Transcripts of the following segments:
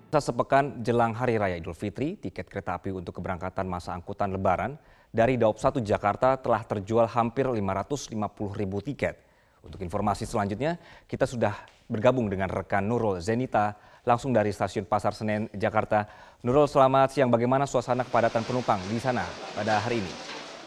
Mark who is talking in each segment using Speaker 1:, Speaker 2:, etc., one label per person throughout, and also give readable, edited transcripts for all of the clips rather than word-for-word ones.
Speaker 1: Sepekan jelang Hari Raya Idul Fitri, tiket kereta api untuk keberangkatan masa angkutan Lebaran dari Daob 1 Jakarta telah terjual hampir 550.000 tiket. Untuk informasi selanjutnya, kita sudah bergabung dengan rekan Nurul Zenita langsung dari Stasiun Pasar Senen, Jakarta. Nurul, selamat siang. Bagaimana suasana kepadatan penumpang di sana pada hari ini?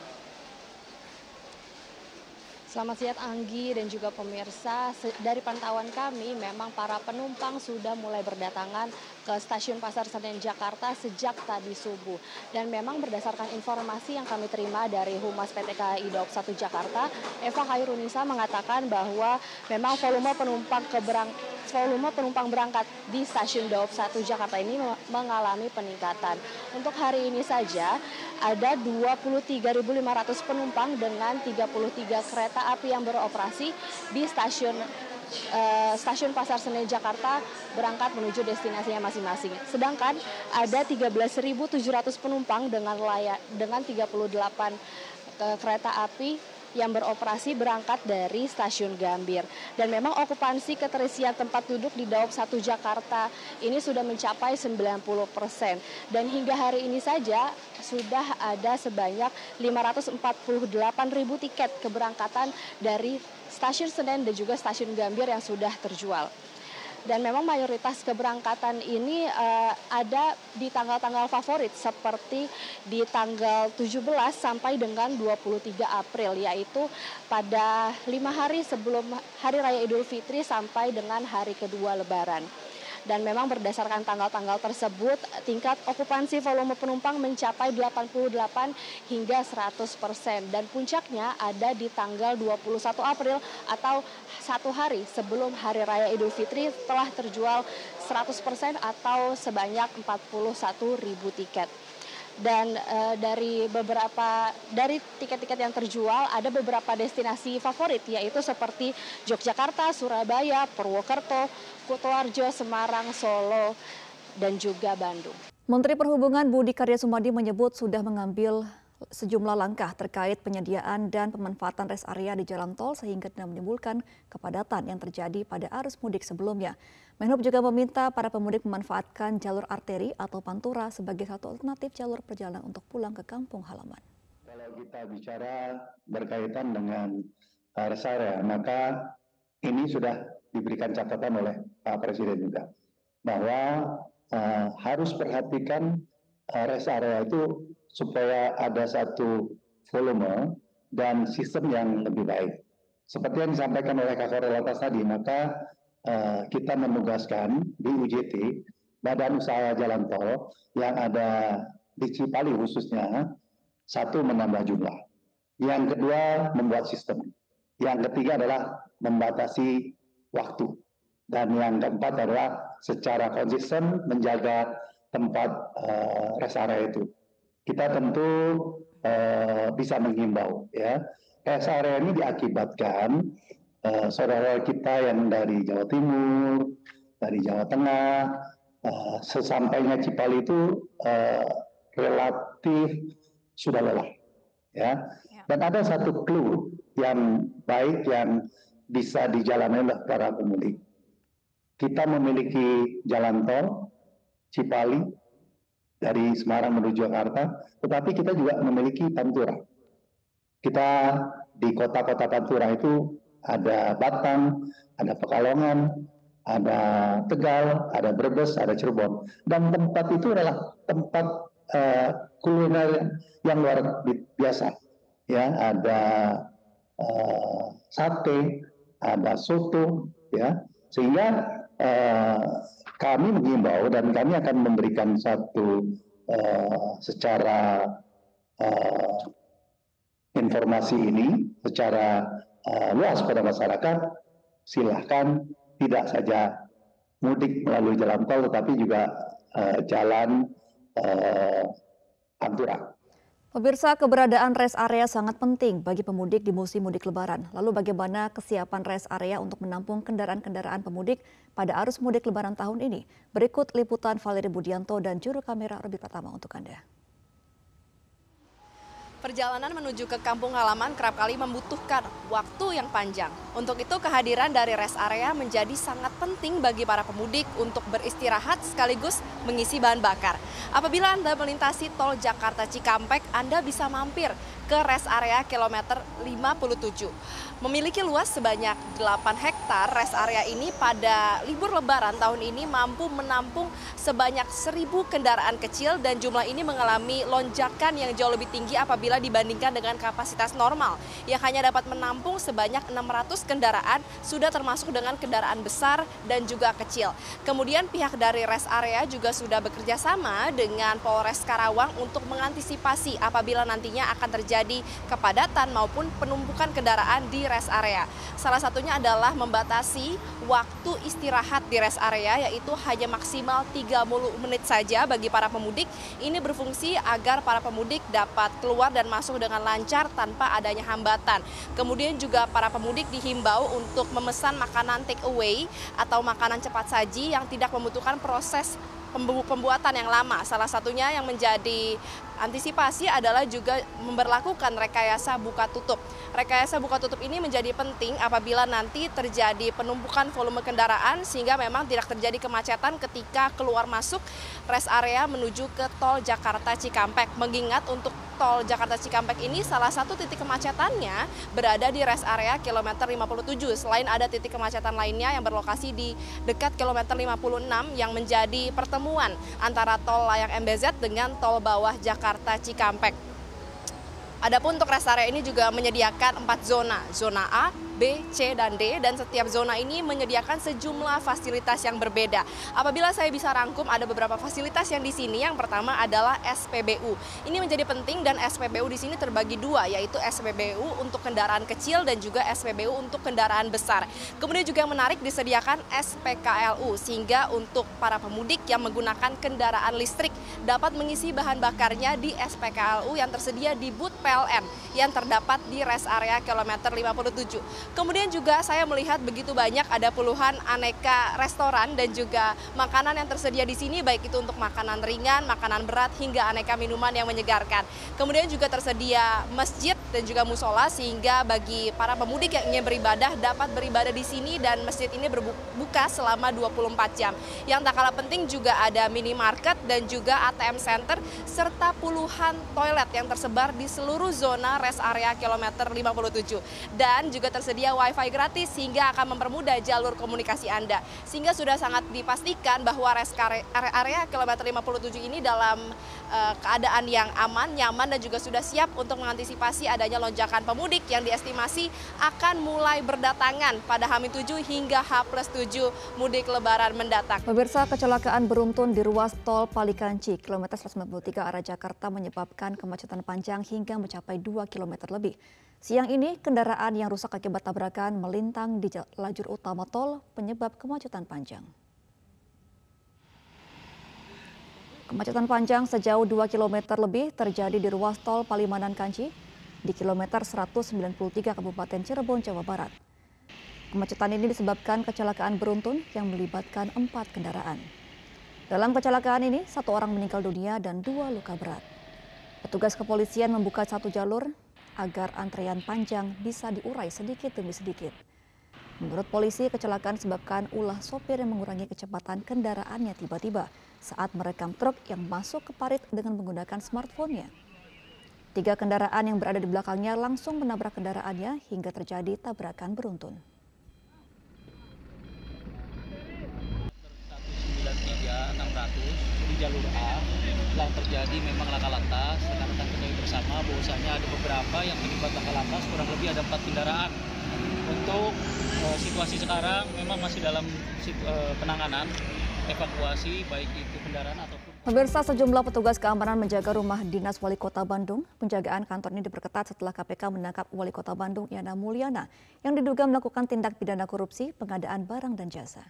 Speaker 2: Selamat siang Anggi dan juga pemirsa. Dari pantauan kami memang para penumpang sudah mulai berdatangan ke Stasiun Pasar Senen Jakarta sejak tadi subuh. Dan memang berdasarkan informasi yang kami terima dari Humas PT KAI Daob 1 Jakarta, Eva Khairunisa mengatakan bahwa memang volume penumpang berangkat di Stasiun Daob 1 Jakarta ini mengalami peningkatan. Untuk hari ini saja ada 23.500 penumpang dengan 33 kereta api yang beroperasi di Stasiun Pasar Senen Jakarta berangkat menuju destinasinya masing-masing. Sedangkan ada 13.700 penumpang dengan 38 kereta api yang beroperasi berangkat dari Stasiun Gambir. Dan memang okupansi keterisian tempat duduk di Daob 1 Jakarta ini sudah mencapai 90%. Dan hingga hari ini saja sudah ada sebanyak 548.000 tiket keberangkatan dari Stasiun Senen dan juga Stasiun Gambir yang sudah terjual. Dan memang mayoritas keberangkatan ini ada di tanggal-tanggal favorit seperti di tanggal 17 sampai dengan 23 April, yaitu pada 5 hari sebelum Hari Raya Idul Fitri sampai dengan hari kedua Lebaran. Dan memang berdasarkan tanggal-tanggal tersebut, tingkat okupansi volume penumpang mencapai 88 hingga 100%. Dan puncaknya ada di tanggal 21 April atau satu hari sebelum Hari Raya Idul Fitri telah terjual 100% atau sebanyak 41.000 tiket. Dan dari tiket-tiket yang terjual ada beberapa destinasi favorit, yaitu seperti Yogyakarta, Surabaya, Purwokerto, Kutoarjo, Semarang, Solo, dan juga Bandung.
Speaker 3: Menteri Perhubungan Budi Karya Sumadi menyebut sudah mengambil sejumlah langkah terkait penyediaan dan pemanfaatan rest area di jalan tol sehingga tidak menimbulkan kepadatan yang terjadi pada arus mudik sebelumnya. Menhub juga meminta para pemudik memanfaatkan jalur arteri atau pantura sebagai satu alternatif jalur perjalanan untuk pulang ke kampung halaman.
Speaker 4: Kalau kita bicara berkaitan dengan rest area, maka ini sudah diberikan catatan oleh Pak Presiden juga bahwa harus perhatikan rest area itu supaya ada satu volume dan sistem yang lebih baik. Seperti yang disampaikan oleh Kakor Lantas tadi, maka kita menugaskan di UJT, Badan Usaha Jalan Tol yang ada di Cipali khususnya, satu menambah jumlah. Yang kedua membuat sistem. Yang ketiga adalah membatasi waktu. Dan yang keempat adalah secara konsisten menjaga tempat rest area itu. Kita tentu bisa menghimbau, ya. Rest area ini diakibatkan saudara kita yang dari Jawa Timur, dari Jawa Tengah, sesampainya Cipali itu relatif sudah lelah, ya. Dan ada satu clue yang baik yang bisa dijalani oleh para pemudik. Kita memiliki jalan tol Cipali dari Semarang menuju Jakarta, tetapi kita juga memiliki pantura. Kita di kota-kota pantura itu ada Batang, ada Pekalongan, ada Tegal, ada Brebes, ada Cirebon. Dan tempat itu adalah tempat kuliner yang luar biasa. Ya, ada sate, ada soto, ya. Sehingga kami mengimbau dan kami akan memberikan satu secara informasi ini secara luas pada masyarakat. Silahkan tidak saja mudik melalui jalan tol, tetapi juga jalan pantura.
Speaker 3: Pemirsa, keberadaan rest area sangat penting bagi pemudik di musim mudik Lebaran. Lalu bagaimana kesiapan rest area untuk menampung kendaraan-kendaraan pemudik pada arus mudik Lebaran tahun ini? Berikut liputan Valeri Budianto dan juru kamera Robby Pratama untuk Anda.
Speaker 2: Perjalanan menuju ke kampung halaman kerap kali membutuhkan waktu yang panjang. Untuk itu kehadiran dari rest area menjadi sangat penting bagi para pemudik untuk beristirahat sekaligus mengisi bahan bakar. Apabila Anda melintasi tol Jakarta Cikampek, Anda bisa mampir ke rest area kilometer 57. Memiliki luas sebanyak 8 hektar, rest area ini pada libur lebaran tahun ini mampu menampung sebanyak 1.000 kendaraan kecil dan jumlah ini mengalami lonjakan yang jauh lebih tinggi apabila dibandingkan dengan kapasitas normal yang hanya dapat menampung sebanyak 600 kendaraan, sudah termasuk dengan kendaraan besar dan juga kecil. Kemudian pihak dari rest area juga sudah bekerja sama dengan Polres Karawang untuk mengantisipasi apabila nantinya akan terjadi kepadatan maupun penumpukan kendaraan di rest area. Salah satunya adalah membatasi waktu istirahat di rest area, yaitu hanya maksimal 30 menit saja bagi para pemudik. Ini berfungsi agar para pemudik dapat keluar dan masuk dengan lancar tanpa adanya hambatan. Kemudian juga para pemudik dihimbau untuk memesan makanan take away atau makanan cepat saji yang tidak membutuhkan proses pembuatan yang lama. Salah satunya yang menjadi antisipasi adalah juga memberlakukan rekayasa buka tutup. Rekayasa buka tutup ini menjadi penting apabila nanti terjadi penumpukan volume kendaraan sehingga memang tidak terjadi kemacetan ketika keluar masuk rest area menuju ke tol Jakarta Cikampek. Mengingat untuk tol Jakarta Cikampek ini salah satu titik kemacetannya berada di rest area kilometer 57. Selain ada titik kemacetan lainnya yang berlokasi di dekat kilometer 56 yang menjadi pertemuan antara tol layang MBZ dengan tol bawah Jakarta Cikampek. Adapun untuk rest area ini juga menyediakan 4 zona, zona A, B, C, dan D, dan setiap zona ini menyediakan sejumlah fasilitas yang berbeda. Apabila saya bisa rangkum, ada beberapa fasilitas yang di sini. Yang pertama adalah SPBU. Ini menjadi penting dan SPBU di sini terbagi dua, yaitu SPBU untuk kendaraan kecil dan juga SPBU untuk kendaraan besar. Kemudian juga yang menarik disediakan SPKLU, sehingga untuk para pemudik yang menggunakan kendaraan listrik dapat mengisi bahan bakarnya di SPKLU yang tersedia di booth PLN yang terdapat di rest area kilometer 57. Kemudian juga saya melihat begitu banyak ada puluhan aneka restoran dan juga makanan yang tersedia di sini, baik itu untuk makanan ringan, makanan berat, hingga aneka minuman yang menyegarkan. Kemudian juga tersedia masjid dan juga musola sehingga bagi para pemudik yang ingin beribadah dapat beribadah di sini dan masjid ini berbuka selama 24 jam. Yang tak kalah penting juga ada minimarket dan juga ATM center serta puluhan toilet yang tersebar di seluruh zona rest area kilometer 57. Dan juga tersedia Wi-Fi gratis sehingga akan mempermudah jalur komunikasi Anda. Sehingga sudah sangat dipastikan bahwa rest area kilometer 57 ini dalam keadaan yang aman, nyaman, dan juga sudah siap untuk mengantisipasi adanya lonjakan pemudik yang diestimasi akan mulai berdatangan pada H-7 hingga H+7 mudik lebaran mendatang.
Speaker 3: Pemirsa, kecelakaan beruntun di ruas tol Palikanci kilometer 193 arah Jakarta menyebabkan kemacetan panjang hingga mencapai 2 km lebih. Siang ini, kendaraan yang rusak akibat tabrakan melintang di lajur utama tol penyebab kemacetan panjang. Kemacetan panjang sejauh 2 km lebih terjadi di ruas tol Palimanan-Kanci di kilometer 193 Kabupaten Cirebon, Jawa Barat. Kemacetan ini disebabkan kecelakaan beruntun yang melibatkan 4 kendaraan. Dalam kecelakaan ini, 1 orang meninggal dunia dan 2 luka berat. Petugas kepolisian membuka 1 jalur agar antrean panjang bisa diurai sedikit demi sedikit. Menurut polisi, kecelakaan disebabkan ulah sopir yang mengurangi kecepatan kendaraannya tiba-tiba saat merekam truk yang masuk ke parit dengan menggunakan smartphone-nya. 3 kendaraan yang berada di belakangnya langsung menabrak kendaraannya hingga terjadi tabrakan beruntun.
Speaker 5: 193 600 di jalur A telah terjadi memang laka lantas. Rekan-rekan ketahui bersama bahwasanya ada beberapa yang terlibat laka lantas, kurang lebih ada 4 kendaraan. Untuk situasi sekarang memang masih dalam penanganan evakuasi baik itu kendaraan ataupun.
Speaker 3: Pemirsa, sejumlah petugas keamanan menjaga rumah dinas Wali Kota Bandung. Penjagaan kantor ini diperketat setelah KPK menangkap Wali Kota Bandung Yana Mulyana yang diduga melakukan tindak pidana korupsi pengadaan barang dan jasa.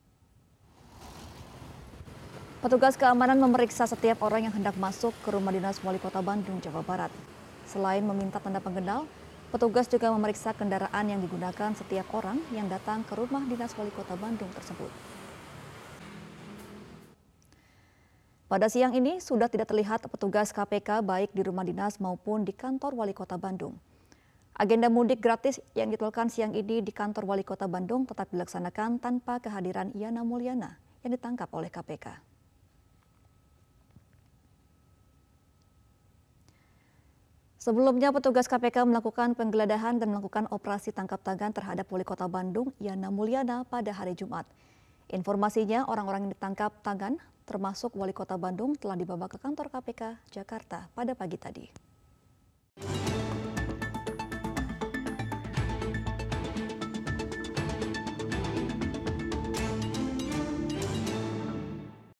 Speaker 3: Petugas keamanan memeriksa setiap orang yang hendak masuk ke rumah dinas Wali Kota Bandung, Jawa Barat. Selain meminta tanda pengenal, petugas juga memeriksa kendaraan yang digunakan setiap orang yang datang ke rumah dinas Wali Kota Bandung tersebut. Pada siang ini sudah tidak terlihat petugas KPK baik di rumah dinas maupun di kantor Wali Kota Bandung. Agenda mudik gratis yang dijadwalkan siang ini di kantor Wali Kota Bandung tetap dilaksanakan tanpa kehadiran Yana Mulyana yang ditangkap oleh KPK. Sebelumnya petugas KPK melakukan penggeledahan dan melakukan operasi tangkap tangan terhadap Wali Kota Bandung Yana Mulyana pada hari Jumat. Informasinya orang-orang yang ditangkap tangan termasuk Wali Kota Bandung telah dibawa ke kantor KPK Jakarta pada pagi tadi.